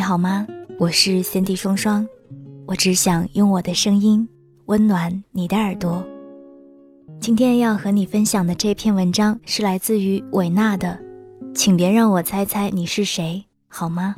好吗？我是Cindy双双，我只想用我的声音温暖你的耳朵。今天要和你分享的这篇文章是来自于韦娜的，请别让我猜猜你是谁，好吗？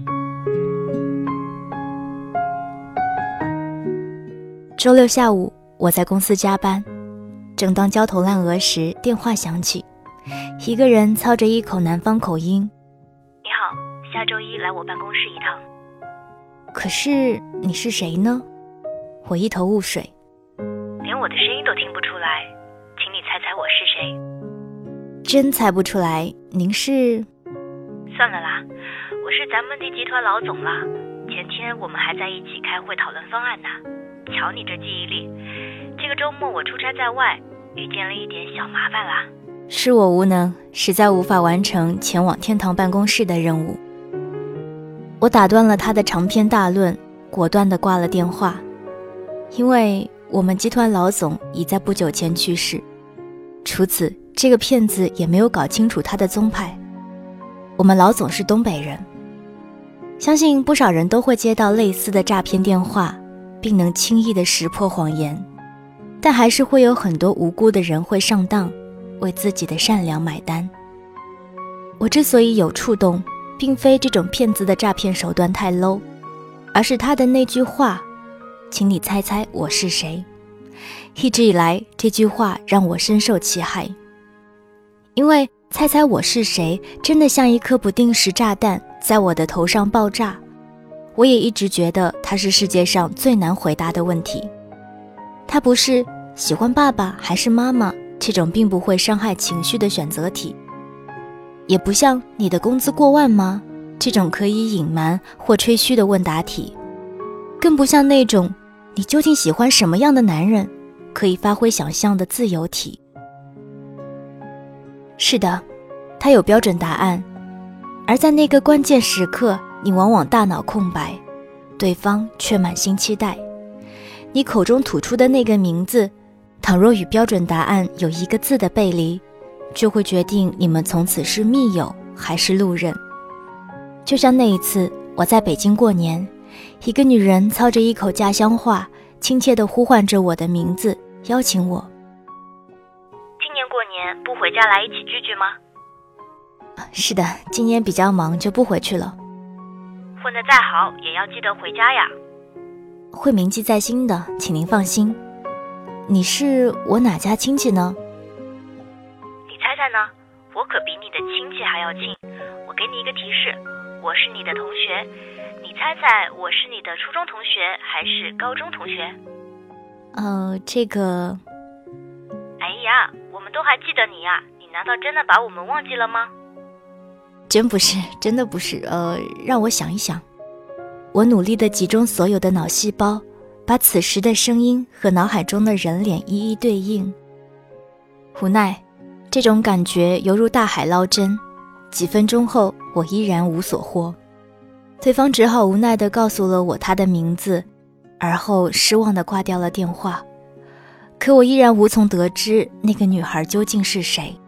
周六下午，我在公司加班，正当焦头烂额时，电话响起，一个人操着一口南方口音： 你好，下周一来我办公室一趟。 可是你是谁呢？我一头雾水。 连我的声音都听不出来，请你猜猜我是谁？ 真猜不出来，您是？ 算了啦，我是咱们的集团老总啦。前天我们还在一起开会讨论方案呢。瞧你这记忆力，这个周末我出差在外，遇见了一点小麻烦啦。 是我无能，实在无法完成前往天堂办公室的任务。我打断了他的长篇大论，果断地挂了电话，因为我们集团老总已在不久前去世。除此，这个骗子也没有搞清楚他的宗派。我们老总是东北人，相信不少人都会接到类似的诈骗电话，并能轻易地识破谎言，但还是会有很多无辜的人会上当，为自己的善良买单。我之所以有触动，并非这种骗子的诈骗手段太 low， 而是他的那句话，请你猜猜我是谁。一直以来，这句话让我深受其害，因为猜猜我是谁真的像一颗不定时炸弹在我的头上爆炸。我也一直觉得它是世界上最难回答的问题。它不是喜欢爸爸还是妈妈这种并不会伤害情绪的选择题，也不像你的工资过万吗这种可以隐瞒或吹嘘的问答题，更不像那种你究竟喜欢什么样的男人可以发挥想象的自由题。是的，它有标准答案，而在那个关键时刻，你往往大脑空白，对方却满心期待。你口中吐出的那个名字，倘若与标准答案有一个字的背离，就会决定你们从此是密友还是路人。就像那一次我在北京过年，一个女人操着一口家乡话，亲切地呼唤着我的名字，邀请我。 今年过年不回家来一起聚聚吗？ 是的，今年比较忙，就不回去了。 混得再好也要记得回家呀。 会铭记在心的，请您放心。你是我哪家亲戚呢？ 你猜猜呢？我可比你的亲戚还要近。我给你一个提示，我是你的同学，你猜猜我是你的初中同学还是高中同学？ 这个…… 哎呀，我们都还记得你呀，你难道真的把我们忘记了吗？ 真不是，真的不是。让我想一想。我努力地集中所有的脑细胞，把此时的声音和脑海中的人脸一一对应。无奈，这种感觉犹如大海捞针，几分钟后我依然无所获。对方只好无奈地告诉了我他的名字，而后失望地挂掉了电话。可我依然无从得知那个女孩究竟是谁。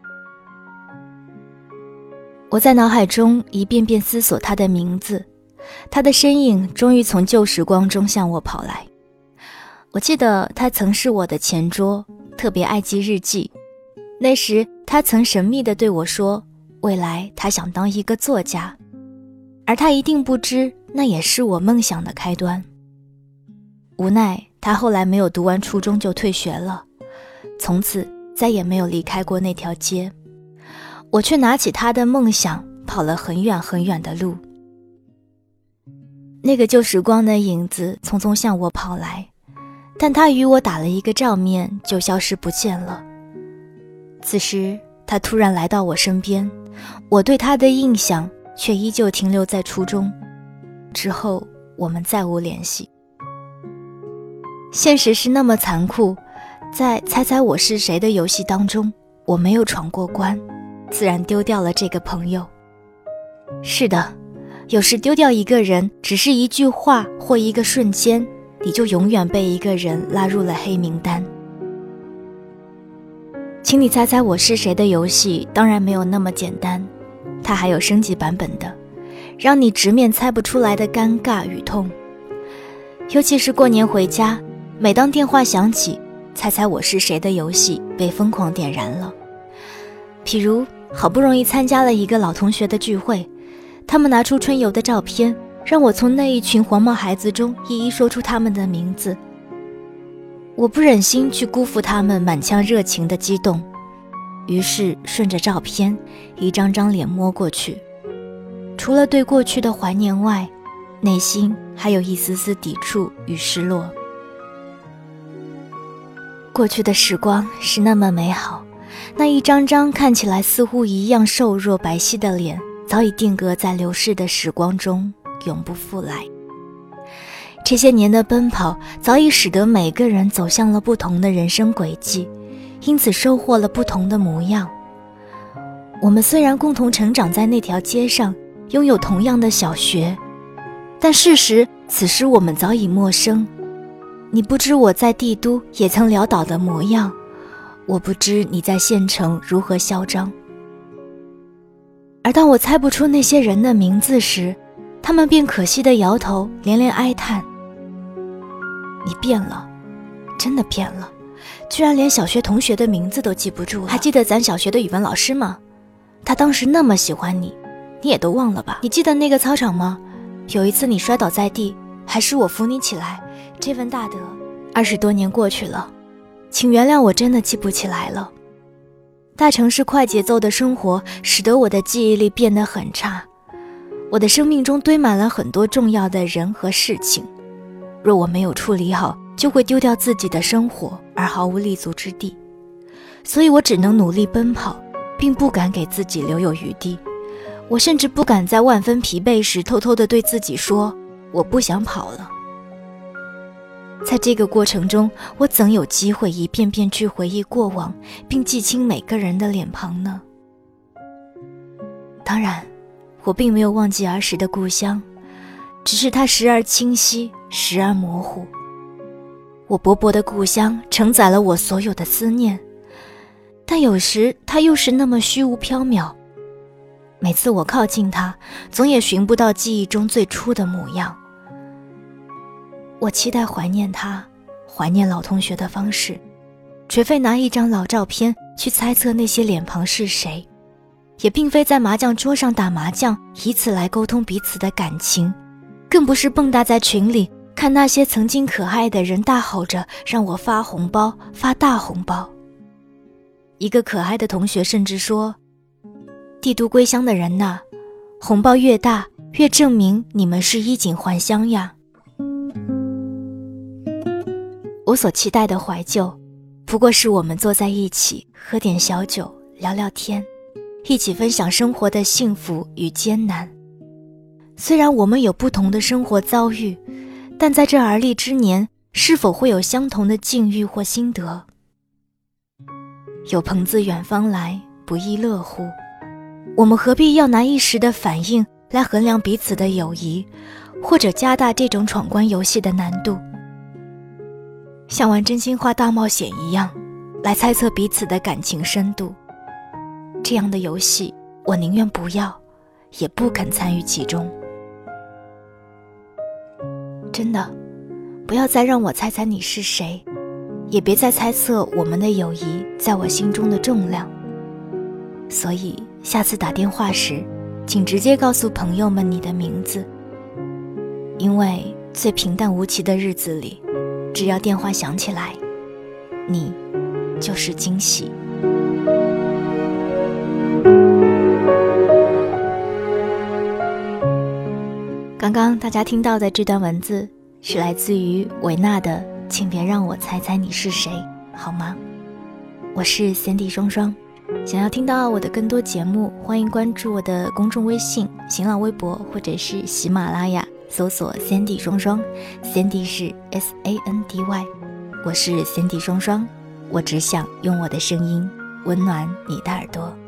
我在脑海中一遍遍思索她的名字，她的身影终于从旧时光中向我跑来。我记得她曾是我的前桌，特别爱记日记。那时她曾神秘地对我说，未来她想当一个作家，而她一定不知那也是我梦想的开端。无奈她后来没有读完初中就退学了，从此再也没有离开过那条街。我却拿起他的梦想，跑了很远很远的路。那个旧时光的影子匆匆向我跑来，但他与我打了一个照面就消失不见了。此时他突然来到我身边，我对他的印象却依旧停留在初中。之后我们再无联系。现实是那么残酷，在猜猜我是谁的游戏当中，我没有闯过关，自然丢掉了这个朋友。是的，有时丢掉一个人，只是一句话或一个瞬间，你就永远被一个人拉入了黑名单。请你猜猜我是谁的游戏当然没有那么简单，它还有升级版本的， 让你直面猜不出来的尴尬与痛。尤其是过年回家，每当电话响起，猜猜我是谁的游戏被疯狂点燃了。譬如好不容易参加了一个老同学的聚会，他们拿出春游的照片，让我从那一群黄毛孩子中一一说出他们的名字。我不忍心去辜负他们满腔热情的激动，于是顺着照片一张张脸摸过去，除了对过去的怀念外，内心还有一丝丝抵触与失落。过去的时光是那么美好，那一张张看起来似乎一样瘦弱白皙的脸，早已定格在流逝的时光中，永不复来。这些年的奔跑早已使得每个人走向了不同的人生轨迹，因此收获了不同的模样。我们虽然共同成长在那条街上，拥有同样的小学，但事实此时我们早已陌生。你不知我在帝都也曾潦倒的模样，我不知你在县城如何嚣张。而当我猜不出那些人的名字时，他们便可惜地摇头，连连哀叹：你变了，真的变了，居然连小学同学的名字都记不住了。还记得咱小学的语文老师吗？他当时那么喜欢你，你也都忘了吧？你记得那个操场吗？有一次你摔倒在地，还是我扶你起来，这份大德。20多年过去了，请原谅我真的记不起来了。大城市快节奏的生活使得我的记忆力变得很差，我的生命中堆满了很多重要的人和事情，若我没有处理好，就会丢掉自己的生活而毫无立足之地。所以我只能努力奔跑，并不敢给自己留有余地。我甚至不敢在万分疲惫时偷偷地对自己说，我不想跑了。在这个过程中，我怎有机会一遍遍去回忆过往，并记清每个人的脸庞呢？当然，我并没有忘记儿时的故乡，只是它时而清晰，时而模糊。我薄薄的故乡承载了我所有的思念，但有时它又是那么虚无缥缈。每次我靠近它，总也寻不到记忆中最初的模样。我期待怀念它，怀念老同学的方式，绝非拿一张老照片去猜测那些脸庞是谁，也并非在麻将桌上打麻将，以此来沟通彼此的感情，更不是蹦跶在群里看那些曾经可爱的人大吼着让我发红包，发大红包。一个可爱的同学甚至说，帝都归乡的人呐，红包越大，越证明你们是衣锦还乡呀。我所期待的怀旧，不过是我们坐在一起，喝点小酒，聊聊天，一起分享生活的幸福与艰难。虽然我们有不同的生活遭遇，但在这而立之年，是否会有相同的境遇或心得？有朋自远方来，不亦乐乎。我们何必要拿一时的反应来衡量彼此的友谊，或者加大这种闯关游戏的难度？像玩真心话大冒险一样，来猜测彼此的感情深度。这样的游戏，我宁愿不要，也不肯参与其中。真的，不要再让我猜猜你是谁，也别再猜测我们的友谊在我心中的重量。所以下次打电话时，请直接告诉朋友们你的名字，因为最平淡无奇的日子里，只要电话响起来，你就是惊喜。刚刚大家听到的这段文字是来自于维纳的请别让我猜猜你是谁，好吗？我是Sandy双双，想要听到我的更多节目，欢迎关注我的公众微信、新浪微博或者是喜马拉雅，搜索Sandy双双， Sandy 是 SANDY， 我是Sandy双双，我只想用我的声音温暖你的耳朵。